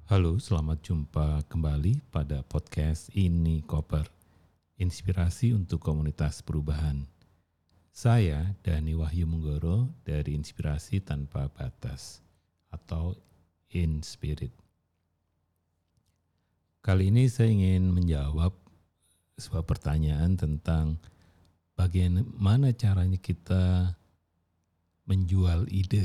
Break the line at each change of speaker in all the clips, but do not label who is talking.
Halo, selamat jumpa kembali pada podcast Ini Koper, inspirasi untuk komunitas perubahan. Saya Dani Wahyu Munggoro dari Inspirasi Tanpa Batas atau InSpirit. Kali ini saya ingin menjawab sebuah pertanyaan tentang bagaimana caranya kita menjual ide.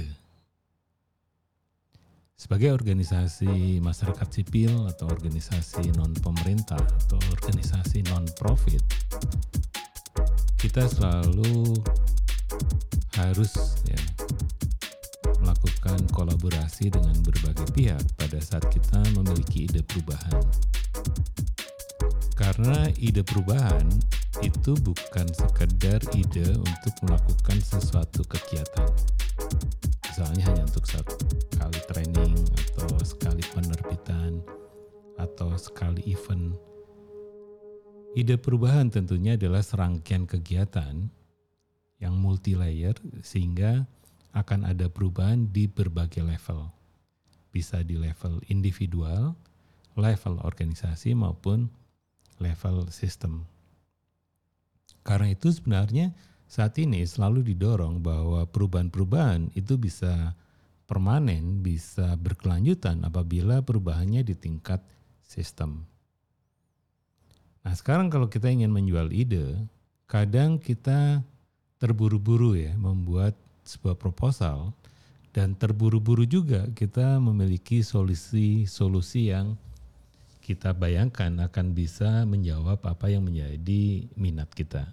Sebagai organisasi masyarakat sipil atau organisasi non-pemerintah atau organisasi non-profit, kita selalu harus melakukan kolaborasi dengan berbagai pihak pada saat kita memiliki ide perubahan. Karena ide perubahan itu bukan sekedar ide untuk melakukan sesuatu kegiatan. Misalnya hanya untuk satu kali training atau sekali penerbitan atau sekali event. Ide perubahan tentunya adalah serangkaian kegiatan yang multi-layer sehingga akan ada perubahan di berbagai level. Bisa di level individual, level organisasi maupun level sistem. Karena itu sebenarnya saat ini selalu didorong bahwa perubahan-perubahan itu bisa permanen, bisa berkelanjutan apabila perubahannya di tingkat sistem. Nah, sekarang kalau kita ingin menjual ide, kadang kita terburu-buru membuat sebuah proposal dan terburu-buru juga kita memiliki solusi yang kita bayangkan akan bisa menjawab apa yang menjadi minat kita.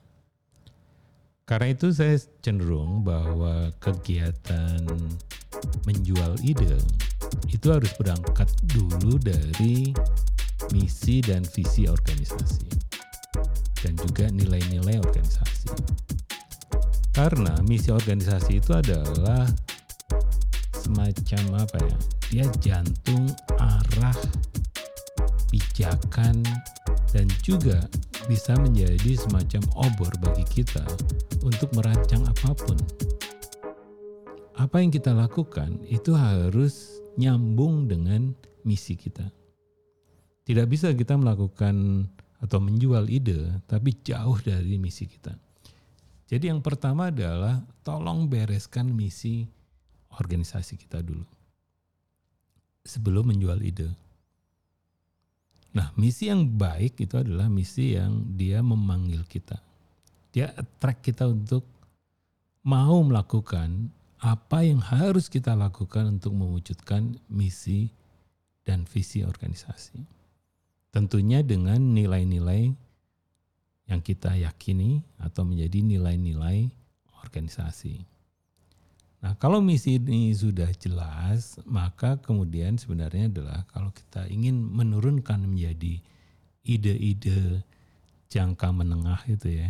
Karena itu saya cenderung bahwa kegiatan menjual ide itu harus berangkat dulu dari misi dan visi organisasi dan juga nilai-nilai organisasi. Karena misi organisasi itu adalah semacam dia jantung arah pijakan dan juga bisa menjadi semacam obor bagi kita untuk merancang apapun. Apa yang kita lakukan itu harus nyambung dengan misi kita. Tidak bisa kita melakukan atau menjual ide tapi jauh dari misi kita. Jadi yang pertama adalah tolong bereskan misi organisasi kita dulu sebelum menjual ide. Nah, misi yang baik itu adalah misi yang dia memanggil kita. Dia attract kita untuk mau melakukan apa yang harus kita lakukan untuk mewujudkan misi dan visi organisasi. Tentunya dengan nilai-nilai yang kita yakini atau menjadi nilai-nilai organisasi. Nah, kalau misi ini sudah jelas, maka kemudian sebenarnya adalah kalau kita ingin menurunkan menjadi ide-ide jangka menengah itu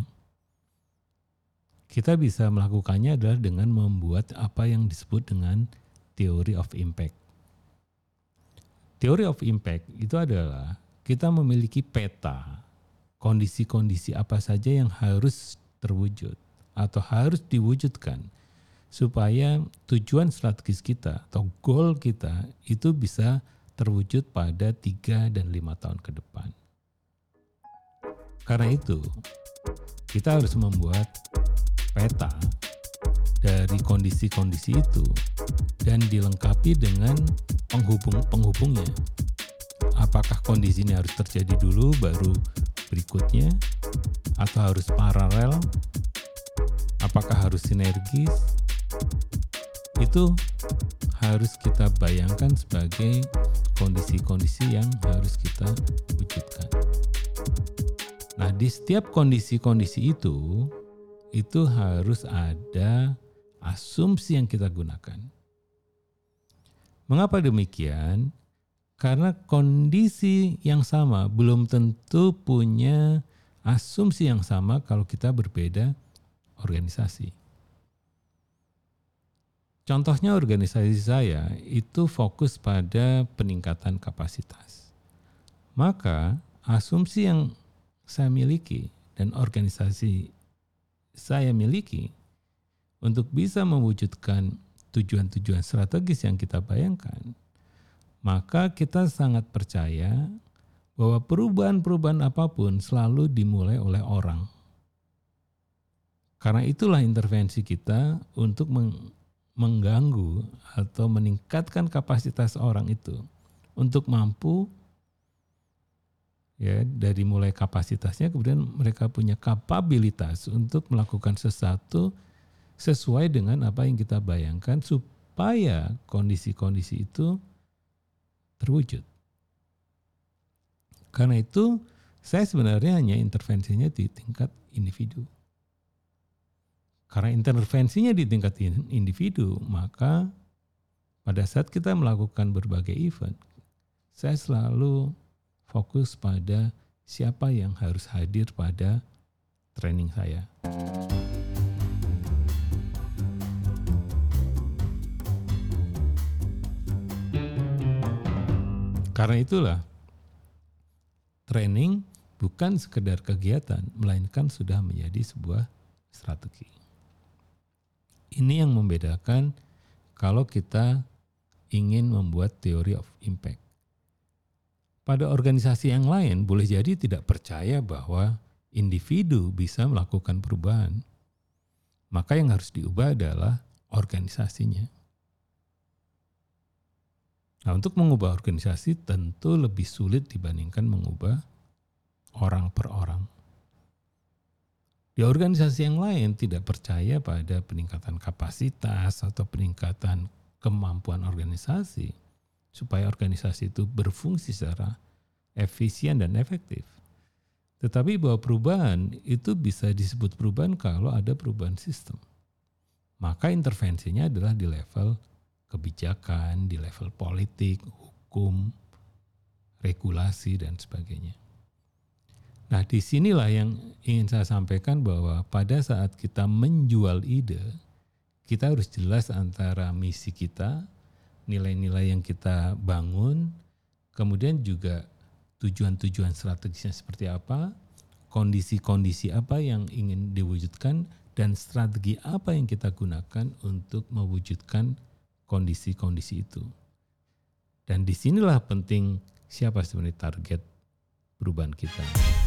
kita bisa melakukannya adalah dengan membuat apa yang disebut dengan theory of impact. Theory of impact itu adalah kita memiliki peta kondisi-kondisi apa saja yang harus terwujud atau harus diwujudkan supaya tujuan strategis kita atau goal kita itu bisa terwujud pada 3 dan 5 tahun ke depan. Karena itu, kita harus membuat peta dari kondisi-kondisi itu dan dilengkapi dengan penghubung-penghubungnya. Apakah kondisi ini harus terjadi dulu baru berikutnya atau harus paralel? Apakah harus sinergis? Itu harus kita bayangkan sebagai kondisi-kondisi yang harus kita wujudkan. Nah, di setiap kondisi-kondisi itu harus ada asumsi yang kita gunakan. Mengapa demikian? Karena kondisi yang sama belum tentu punya asumsi yang sama kalau kita berbeda organisasi. Contohnya organisasi saya itu fokus pada peningkatan kapasitas. Maka asumsi yang saya miliki dan organisasi saya miliki untuk bisa mewujudkan tujuan-tujuan strategis yang kita bayangkan, maka kita sangat percaya bahwa perubahan-perubahan apapun selalu dimulai oleh orang. Karena itulah intervensi kita untuk mengganggu atau meningkatkan kapasitas orang itu untuk mampu, ya, dari mulai kapasitasnya kemudian mereka punya kapabilitas untuk melakukan sesuatu sesuai dengan apa yang kita bayangkan supaya kondisi-kondisi itu terwujud. Karena itu saya sebenarnya hanya intervensinya di tingkat individu. Karena intervensinya di tingkat individu, maka pada saat kita melakukan berbagai event, saya selalu fokus pada siapa yang harus hadir pada training saya. Karena itulah training bukan sekedar kegiatan, melainkan sudah menjadi sebuah strategi. Ini yang membedakan kalau kita ingin membuat theory of impact. Pada organisasi yang lain boleh jadi tidak percaya bahwa individu bisa melakukan perubahan. Maka yang harus diubah adalah organisasinya. Nah, untuk mengubah organisasi tentu lebih sulit dibandingkan mengubah orang per orang. Di organisasi yang lain tidak percaya pada peningkatan kapasitas atau peningkatan kemampuan organisasi supaya organisasi itu berfungsi secara efisien dan efektif. Tetapi bahwa perubahan itu bisa disebut perubahan kalau ada perubahan sistem. Maka intervensinya adalah di level kebijakan, di level politik, hukum, regulasi, dan sebagainya. Nah, disinilah yang ingin saya sampaikan bahwa pada saat kita menjual ide, kita harus jelas antara misi kita, nilai-nilai yang kita bangun, kemudian juga tujuan-tujuan strategisnya seperti apa, kondisi-kondisi apa yang ingin diwujudkan, dan strategi apa yang kita gunakan untuk mewujudkan kondisi-kondisi itu. Dan disinilah penting siapa sebenarnya target perubahan kita.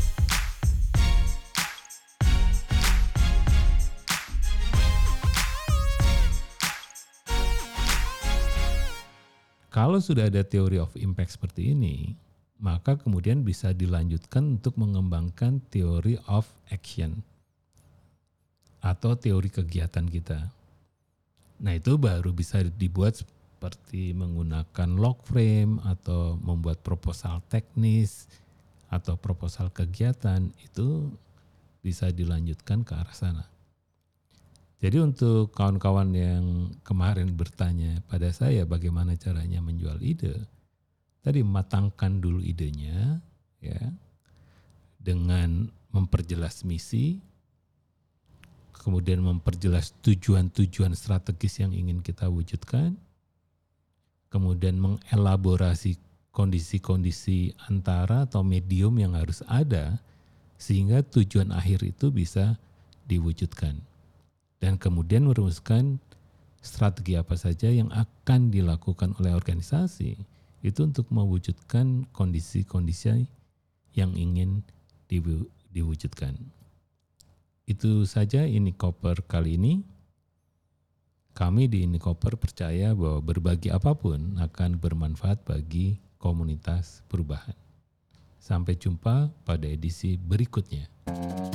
Kalau sudah ada theory of impact seperti ini, maka kemudian bisa dilanjutkan untuk mengembangkan theory of action atau teori kegiatan kita. Nah, itu baru bisa dibuat seperti menggunakan log frame atau membuat proposal teknis atau proposal kegiatan, itu bisa dilanjutkan ke arah sana. Jadi untuk kawan-kawan yang kemarin bertanya pada saya bagaimana caranya menjual ide, tadi matangkan dulu idenya, ya, dengan memperjelas misi, kemudian memperjelas tujuan-tujuan strategis yang ingin kita wujudkan, kemudian mengelaborasi kondisi-kondisi antara atau medium yang harus ada sehingga tujuan akhir itu bisa diwujudkan. Dan kemudian merumuskan strategi apa saja yang akan dilakukan oleh organisasi itu untuk mewujudkan kondisi-kondisi yang ingin diwujudkan. Itu saja IniCopper kali ini. Kami di IniCopper percaya bahwa berbagi apapun akan bermanfaat bagi komunitas perubahan. Sampai jumpa pada edisi berikutnya.